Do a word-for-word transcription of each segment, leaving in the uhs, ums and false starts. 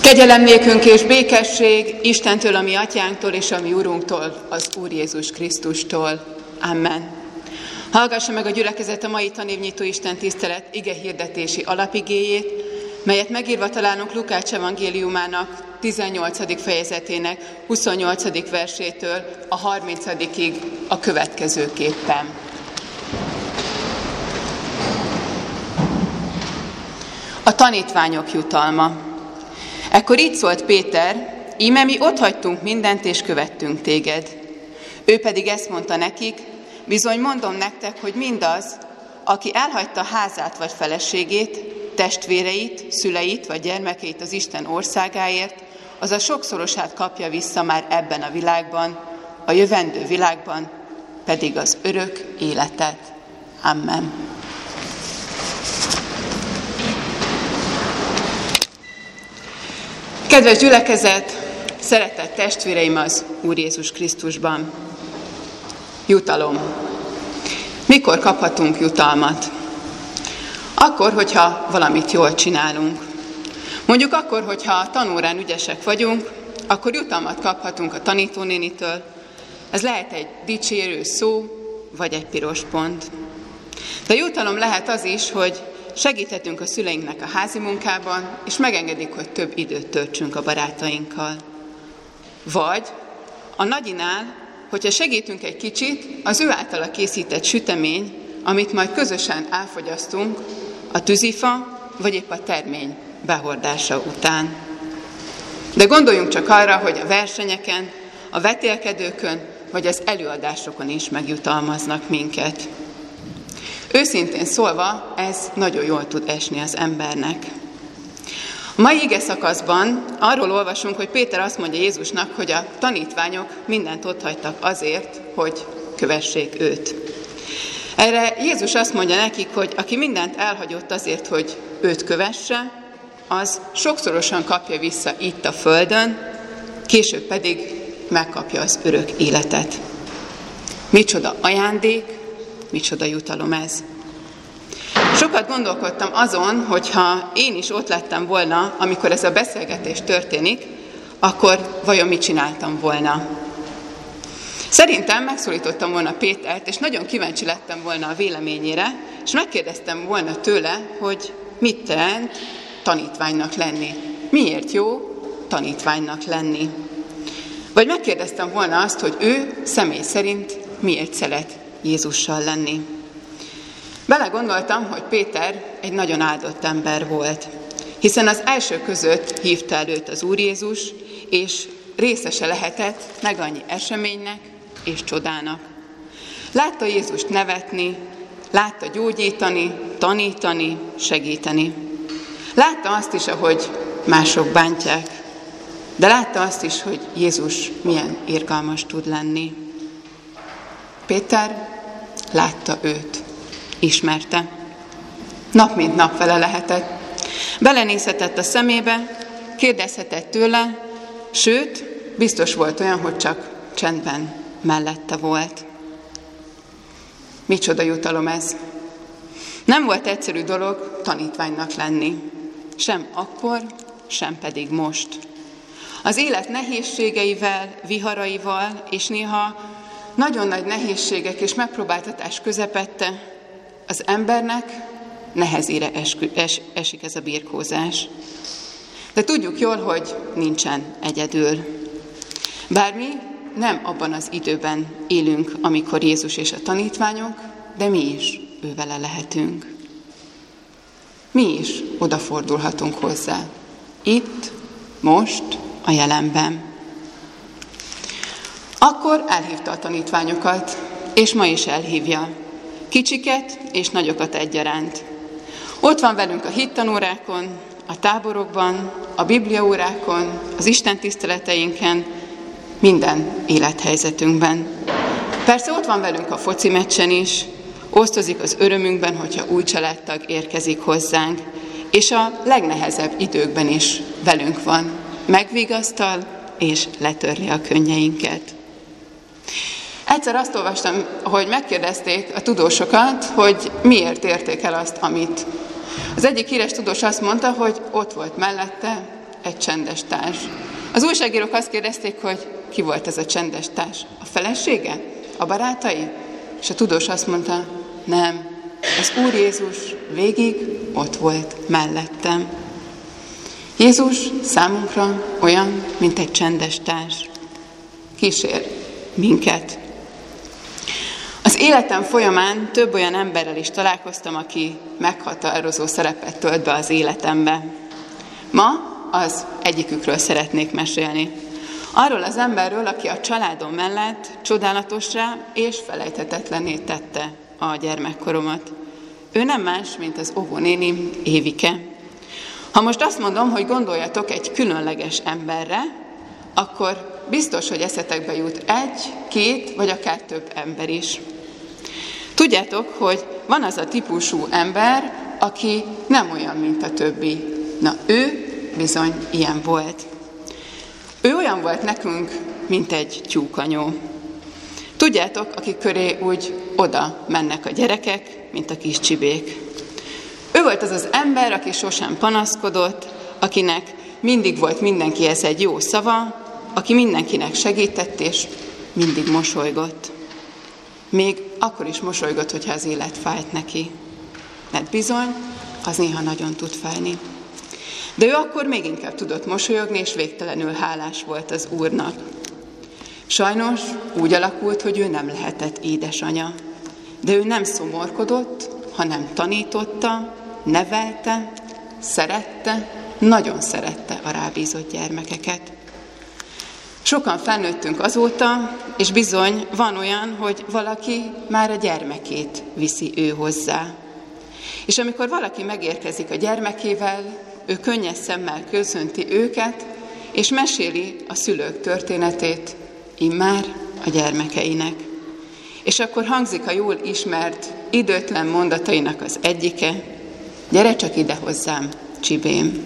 Kegyelem nékünk és békesség Istentől, a mi atyánktól és a mi Urunktól, az Úr Jézus Krisztustól. Amen. Hallgassa meg a gyülekezet a mai tanévnyitó Isten tisztelet ige hirdetési alapigéjét, melyet megírva találunk Lukács evangéliumának tizennyolcadik fejezetének huszonnyolcadik versétől a harmincadikig a következőképpen. A tanítványok jutalma. Ekkor így szólt Péter: íme mi otthagytunk mindent és követtünk téged. Ő pedig ezt mondta nekik: bizony mondom nektek, hogy mindaz, aki elhagyta házát vagy feleségét, testvéreit, szüleit vagy gyermekeit az Isten országáért, az a sokszorosát kapja vissza már ebben a világban, a jövendő világban pedig az örök életet. Amen. Kedves gyülekezet, szeretett testvéreim az Úr Jézus Krisztusban! Jutalom. Mikor kaphatunk jutalmat? Akkor, hogyha valamit jól csinálunk. Mondjuk akkor, hogyha a tanórán ügyesek vagyunk, akkor jutalmat kaphatunk a tanítónénitől. Ez lehet egy dicsérő szó, vagy egy piros pont. De jutalom lehet az is, hogy segíthetünk a szüleinknek a házi munkában, és megengedik, hogy több időt töltsünk a barátainkkal. Vagy a nagyinál, hogyha segítünk egy kicsit, az ő általa készített sütemény, amit majd közösen elfogyasztunk, a tűzifa, vagy épp a termény behordása után. De gondoljunk csak arra, hogy a versenyeken, a vetélkedőkön, vagy az előadásokon is megjutalmaznak minket. Őszintén szólva, ez nagyon jól tud esni az embernek. A mai ige szakaszban arról olvasunk, hogy Péter azt mondja Jézusnak, hogy a tanítványok mindent otthagytak azért, hogy kövessék őt. Erre Jézus azt mondja nekik, hogy aki mindent elhagyott azért, hogy őt kövesse, az sokszorosan kapja vissza itt a földön, később pedig megkapja az örök életet. Micsoda ajándék, micsoda jutalom ez. Sokat gondolkodtam azon, hogyha én is ott lettem volna, amikor ez a beszélgetés történik, akkor vajon mit csináltam volna? Szerintem megszólítottam volna Pétert, és nagyon kíváncsi lettem volna a véleményére, és megkérdeztem volna tőle, hogy mit jelent tanítványnak lenni. Miért jó tanítványnak lenni? Vagy megkérdeztem volna azt, hogy ő személy szerint miért szeret Jézussal lenni. Belegondoltam, hogy Péter egy nagyon áldott ember volt, hiszen az első között hívta el őt az Úr Jézus, és részese lehetett meg annyi eseménynek és csodának. Látta Jézust nevetni, látta gyógyítani, tanítani, segíteni. Látta azt is, ahogy mások bántják, de látta azt is, hogy Jézus milyen irgalmas tud lenni. Péter látta őt, ismerte. Nap mint nap vele lehetett. Belenézhetett a szemébe, kérdezhetett tőle, sőt, biztos volt olyan, hogy csak csendben mellette volt. Micsoda jutalom ez! Nem volt egyszerű dolog tanítványnak lenni. Sem akkor, sem pedig most. Az élet nehézségeivel, viharaival, és néha nagyon nagy nehézségek és megpróbáltatás közepette az embernek nehezére eskü, es, esik ez a birkózás. De tudjuk jól, hogy nincsen egyedül. Bár mi nem abban az időben élünk, amikor Jézus és a tanítványok, de mi is ővele lehetünk. Mi is odafordulhatunk hozzá. Itt, most, a jelenben. Akkor elhívta a tanítványokat, és ma is elhívja. Kicsiket és nagyokat egyaránt. Ott van velünk a hittanórákon, a táborokban, a bibliaórákon, az istentiszteleteinken, minden élethelyzetünkben. Persze ott van velünk a foci meccsen is, osztozik az örömünkben, hogyha új családtag érkezik hozzánk, és a legnehezebb időkben is velünk van, megvigasztal és letörli a könnyeinket. Egyszer azt olvastam, hogy megkérdezték a tudósokat, hogy miért érték el azt, amit. Az egyik híres tudós azt mondta, hogy ott volt mellette, egy csendes társ. Az újságírók azt kérdezték, hogy ki volt ez a csendes társ? A felesége? A barátai? És a tudós azt mondta, nem, az Úr Jézus végig ott volt mellettem. Jézus számunkra olyan, mint egy csendes társ. Kísér minket. Az életem folyamán több olyan emberrel is találkoztam, aki meghatározó szerepet tölt be az életembe. Ma az egyikükről szeretnék mesélni. Arról az emberről, aki a családom mellett csodálatosra és felejthetetlenné tette a gyermekkoromat. Ő nem más, mint az óvónénim, Évike. Ha most azt mondom, hogy gondoljatok egy különleges emberre, akkor biztos, hogy eszetekbe jut egy, két, vagy akár több ember is. Tudjátok, hogy van az a típusú ember, aki nem olyan, mint a többi. Na, ő bizony ilyen volt. Ő olyan volt nekünk, mint egy tyúkanyó. Tudjátok, akik köré úgy oda mennek a gyerekek, mint a kis csibék. Ő volt az az ember, aki sosem panaszkodott, akinek mindig volt mindenkihez egy jó szava, aki mindenkinek segített, és mindig mosolygott. Még akkor is mosolygott, hogyha az élet fájt neki. Mert bizony, az néha nagyon tud fájni. De ő akkor még inkább tudott mosolyogni, és végtelenül hálás volt az Úrnak. Sajnos úgy alakult, hogy ő nem lehetett édesanya. De ő nem szomorkodott, hanem tanította, nevelte, szerette, nagyon szerette a rábízott gyermekeket. Sokan felnőttünk azóta, és bizony van olyan, hogy valaki már a gyermekét viszi ő hozzá. És amikor valaki megérkezik a gyermekével, ő könnyes szemmel köszönti őket, és meséli a szülők történetét, immár a gyermekeinek. És akkor hangzik a jól ismert, időtlen mondatainak az egyike, gyere csak ide hozzám, csibém.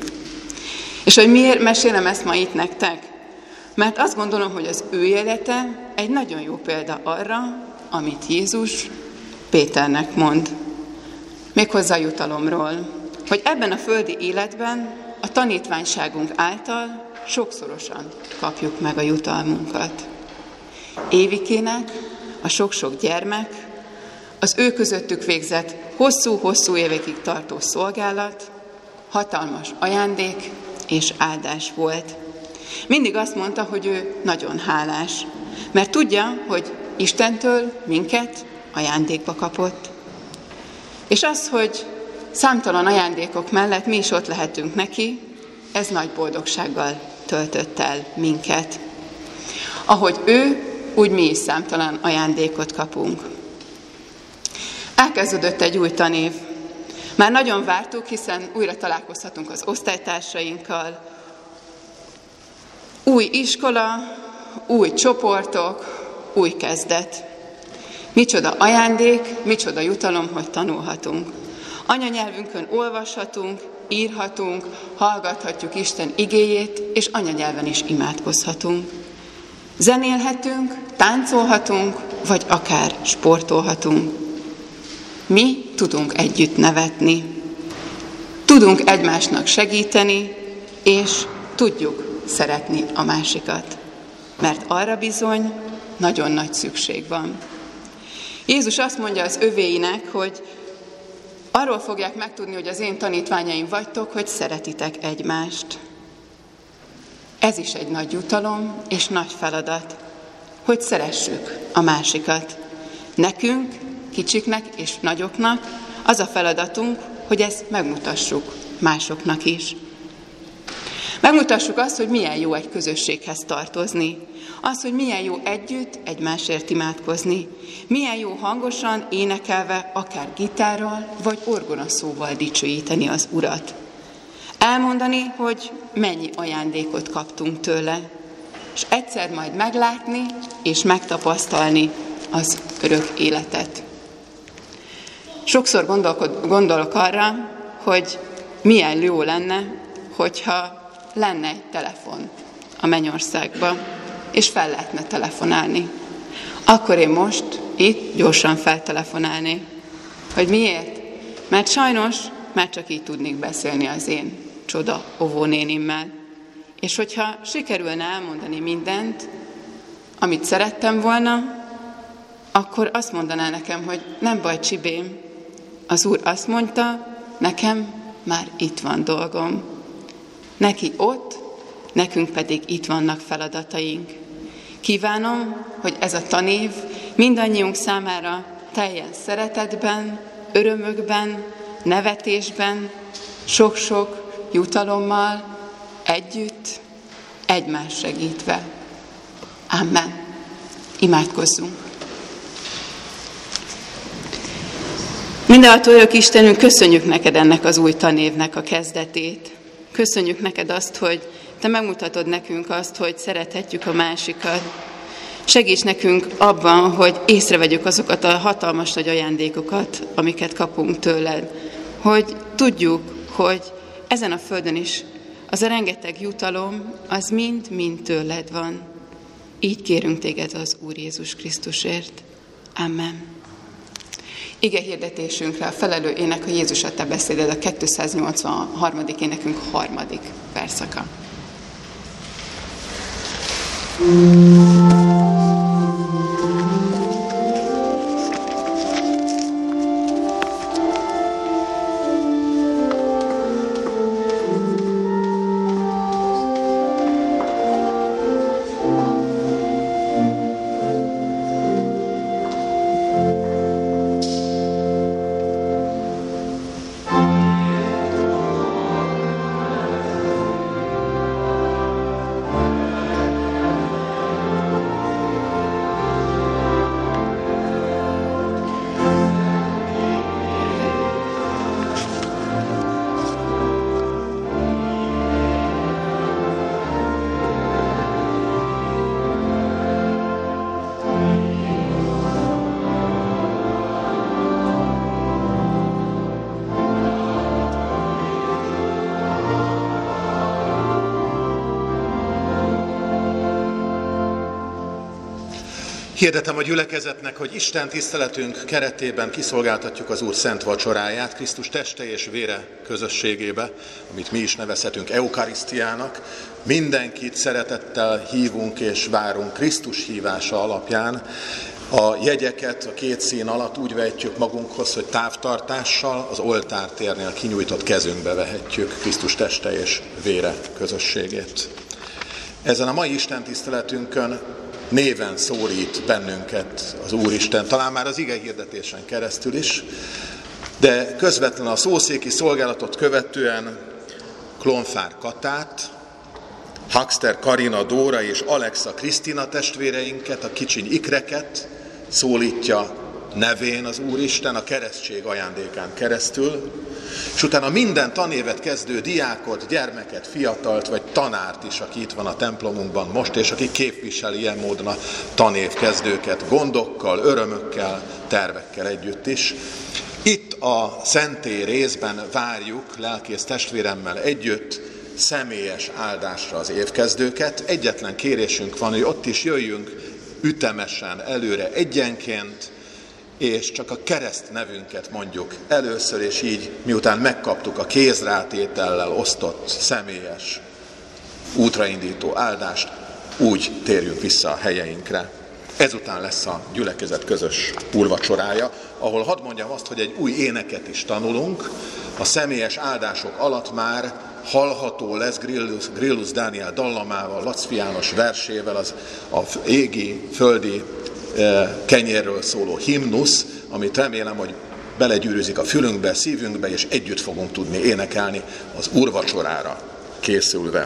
És hogy miért mesélem ezt ma itt nektek? Mert azt gondolom, hogy az ő élete egy nagyon jó példa arra, amit Jézus Péternek mond. Méghozzá a jutalomról, hogy ebben a földi életben a tanítványságunk által sokszorosan kapjuk meg a jutalmunkat. Évikének a sok-sok gyermek, az ő közöttük végzett hosszú-hosszú évekig tartó szolgálat, hatalmas ajándék és áldás volt. Mindig azt mondta, hogy ő nagyon hálás, mert tudja, hogy Istentől minket ajándékba kapott. És az, hogy számtalan ajándékok mellett mi is ott lehetünk neki, ez nagy boldogsággal töltött el minket. Ahogy ő, úgy mi is számtalan ajándékot kapunk. Elkezdődött egy új tanév. Már nagyon vártuk, hiszen újra találkozhatunk az osztálytársainkkal. Új iskola, új csoportok, új kezdet. Micsoda ajándék, micsoda jutalom, hogy tanulhatunk. Anyanyelvünkön olvashatunk, írhatunk, hallgathatjuk Isten igéjét, és anyanyelven is imádkozhatunk. Zenélhetünk, táncolhatunk, vagy akár sportolhatunk. Mi tudunk együtt nevetni, tudunk egymásnak segíteni, és tudjuk szeretni a másikat. Mert arra bizony nagyon nagy szükség van. Jézus azt mondja az övéinek, hogy arról fogják megtudni, hogy az én tanítványaim vagytok, hogy szeretitek egymást. Ez is egy nagy jutalom és nagy feladat, hogy szeressük a másikat. Nekünk, kicsiknek és nagyoknak az a feladatunk, hogy ezt megmutassuk másoknak is. Megmutassuk azt, hogy milyen jó egy közösséghez tartozni. Az, hogy milyen jó együtt egymásért imádkozni. Milyen jó hangosan, énekelve, akár gitárral vagy orgonaszóval dicsőíteni az Urat. Elmondani, hogy mennyi ajándékot kaptunk tőle, és egyszer majd meglátni és megtapasztalni az örök életet. Sokszor gondolok arra, hogy milyen jó lenne, hogyha lenne egy telefon a mennyországba, és fel lehetne telefonálni. Akkor én most itt gyorsan feltelefonálnék. Hogy miért? Mert sajnos már csak így tudnék beszélni az én csoda óvónénimmel. És hogyha sikerülne elmondani mindent, amit szerettem volna, akkor azt mondaná nekem, hogy nem baj, Csibém, az Úr azt mondta, nekem már itt van dolgom. Neki ott, nekünk pedig itt vannak feladataink. Kívánom, hogy ez a tanév mindannyiunk számára teljes szeretetben, örömökben, nevetésben, sok-sok jutalommal, együtt, egymást segítve. Amen. Imádkozzunk. Mindenható örök Istenünk, köszönjük neked ennek az új tanévnek a kezdetét. Köszönjük neked azt, hogy te megmutatod nekünk azt, hogy szerethetjük a másikat. Segíts nekünk abban, hogy észrevegyük azokat a hatalmas nagy ajándékokat, amiket kapunk tőled. Hogy tudjuk, hogy ezen a földön is az a rengeteg jutalom, az mind-mind tőled van. Így kérünk téged az Úr Jézus Krisztusért. Amen. Ige hirdetésünkre a felelő ének a Jézus a te beszéded, a kétszáznyolcvanharmadik énekünk harmadik verszaka. Hirdetem a gyülekezetnek, hogy Isten tiszteletünk keretében kiszolgáltatjuk az Úr szent vacsoráját, Krisztus teste és vére közösségébe, amit mi is nevezhetünk eukarisztiának. Mindenkit szeretettel hívunk és várunk Krisztus hívása alapján. A jegyeket a két szín alatt úgy vehetjük magunkhoz, hogy távtartással az oltártérnél kinyújtott kezünkbe vehetjük Krisztus teste és vére közösségét. Ezen a mai Isten tiszteletünkön néven szólít bennünket az Úristen, talán már az ige hirdetésen keresztül is, de közvetlenül a szószéki szolgálatot követően Klonfár Katát, Huxter Karina Dóra és Alexa Krisztina testvéreinket, a kicsiny ikreket szólítja nevén az Úristen a keresztség ajándékán keresztül, és utána minden tanévet kezdő diákot, gyermeket, fiatalt vagy tanárt is, aki itt van a templomunkban most, és aki képvisel ilyen módon a tanévkezdőket, gondokkal, örömökkel, tervekkel együtt is. Itt a szentély részben várjuk lelkész testvéremmel együtt személyes áldásra az évkezdőket. Egyetlen kérésünk van, hogy ott is jöjjünk ütemesen előre egyenként, és csak a kereszt nevünket mondjuk először, és így miután megkaptuk a kézrátétellel osztott személyes útraindító áldást, úgy térjünk vissza a helyeinkre. Ezután lesz a gyülekezet közös úrvacsorája, ahol hadd mondjam azt, hogy egy új éneket is tanulunk. A személyes áldások alatt már hallható lesz Grillus, Grillus Dániel dallamával, Laczfi János versével, az a égi, földi kenyérről szóló himnusz, amit remélem, hogy belegyűrűzik a fülünkbe, szívünkbe, és együtt fogunk tudni énekelni az úrvacsorára készülve.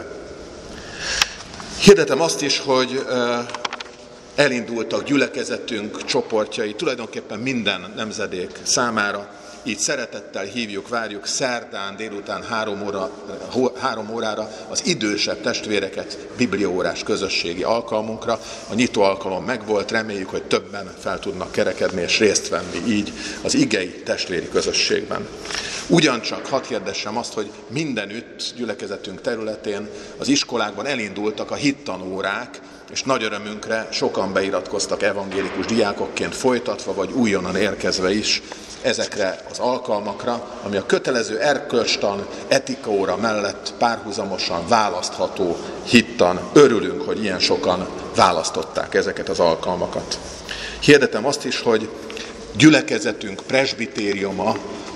Hirdetem azt is, hogy elindultak gyülekezetünk csoportjai, tulajdonképpen minden nemzedék számára, így szeretettel hívjuk, várjuk szerdán délután három, óra, három órára az idősebb testvéreket bibliaórás közösségi alkalmunkra. A nyitó alkalom megvolt, reméljük, hogy többen fel tudnak kerekedni és részt venni így az igei testvéri közösségben. Ugyancsak hadd hirdessem azt, hogy mindenütt gyülekezetünk területén az iskolákban elindultak a hittanórák, és nagy örömünkre sokan beiratkoztak evangélikus diákokként folytatva, vagy újonnan érkezve is ezekre az alkalmakra, ami a kötelező erkölcstan, etikaóra mellett párhuzamosan választható hittan. Örülünk, hogy ilyen sokan választották ezeket az alkalmakat. Hirdetem azt is, hogy gyülekezetünk presbitériuma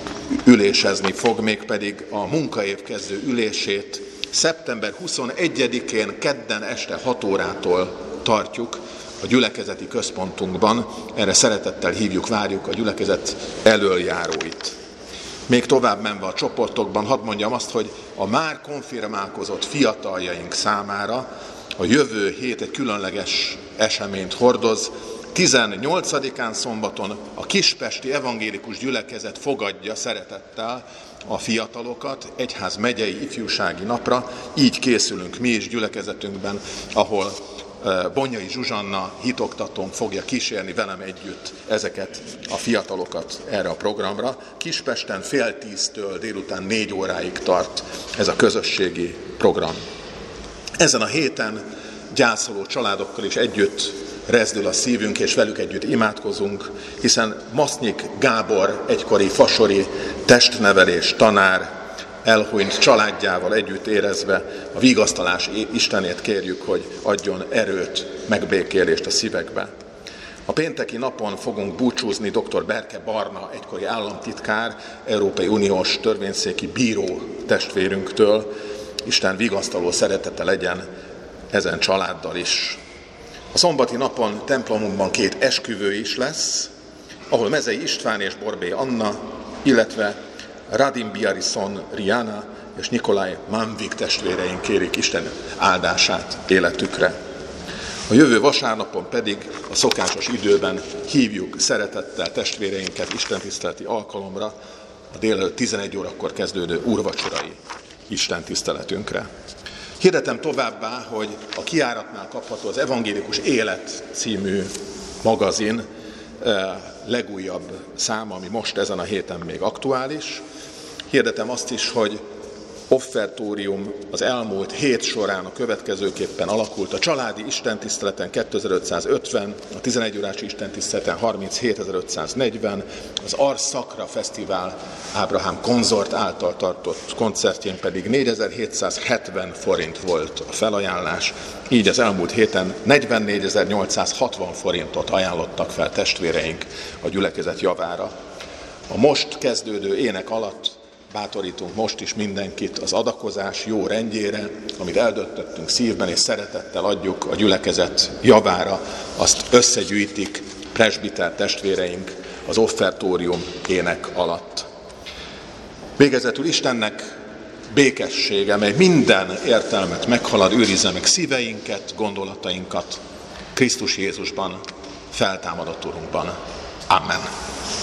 ülésezni fog, mégpedig a munkaév kezdő ülését szeptember huszonegyedikén kedden este hat órától tartjuk a gyülekezeti központunkban. Erre szeretettel hívjuk, várjuk a gyülekezet elöljáróit. Még tovább menve a csoportokban, hadd mondjam azt, hogy a már konfirmálkozott fiataljaink számára a jövő hét egy különleges eseményt hordoz. tizennyolcadikán szombaton a Kispesti Evangélikus Gyülekezet fogadja szeretettel a fiatalokat egyház megyei ifjúsági napra. Így készülünk mi is gyülekezetünkben, ahol Bonyai Zsuzsanna hitoktatón fogja kísérni velem együtt ezeket a fiatalokat erre a programra. Kispesten fél tíztől délután négy óráig tart ez a közösségi program. Ezen a héten gyászoló családokkal is együtt rezdül a szívünk, és velük együtt imádkozunk, hiszen Masznyik Gábor egykori fasori testnevelés tanár elhunyt családjával együtt érezve a vigasztalás Istenét kérjük, hogy adjon erőt, megbékélést a szívekbe. A pénteki napon fogunk búcsúzni dr. Berke Barna, egykori államtitkár, Európai Uniós törvényszéki bíró testvérünktől. Isten vigasztaló szeretete legyen ezen családdal is. A szombati napon templomunkban két esküvő is lesz, ahol Mezei István és Borbé Anna, illetve Radim Biarison Riana és Nikolaj Manvik testvéreink kérik Isten áldását életükre. A jövő vasárnapon pedig a szokásos időben hívjuk szeretettel testvéreinket istentiszteleti alkalomra, a délelőtt tizenegy órakor kezdődő úrvacsorai istentiszteletünkre. Hirdetem továbbá, hogy a kijáratnál kapható az Evangélikus Élet című magazin legújabb száma, ami most ezen a héten még aktuális. Hirdetem azt is, hogy offertórium az elmúlt hét során a következőképpen alakult. A családi istentiszteleten kétezer-ötszázötven, a tizenegy órás istentiszteleten harminchétezer-ötszáznegyven, az Ars Sacra Fesztivál Ábrahám konzort által tartott koncertjén pedig négyezer-hétszázhetven forint volt a felajánlás. Így az elmúlt héten negyvennégyezer-nyolcszázhatvan forintot ajánlottak fel testvéreink a gyülekezet javára. A most kezdődő ének alatt bátorítunk most is mindenkit az adakozás jó rendjére, amit eldöntöttünk szívben, és szeretettel adjuk a gyülekezet javára, azt összegyűjtik presbiter testvéreink az offertórium ének alatt. Végezetül Istennek békessége, mely minden értelmet meghalad, őrizze meg szíveinket, gondolatainkat Krisztus Jézusban, feltámadott Urunkban. Amen.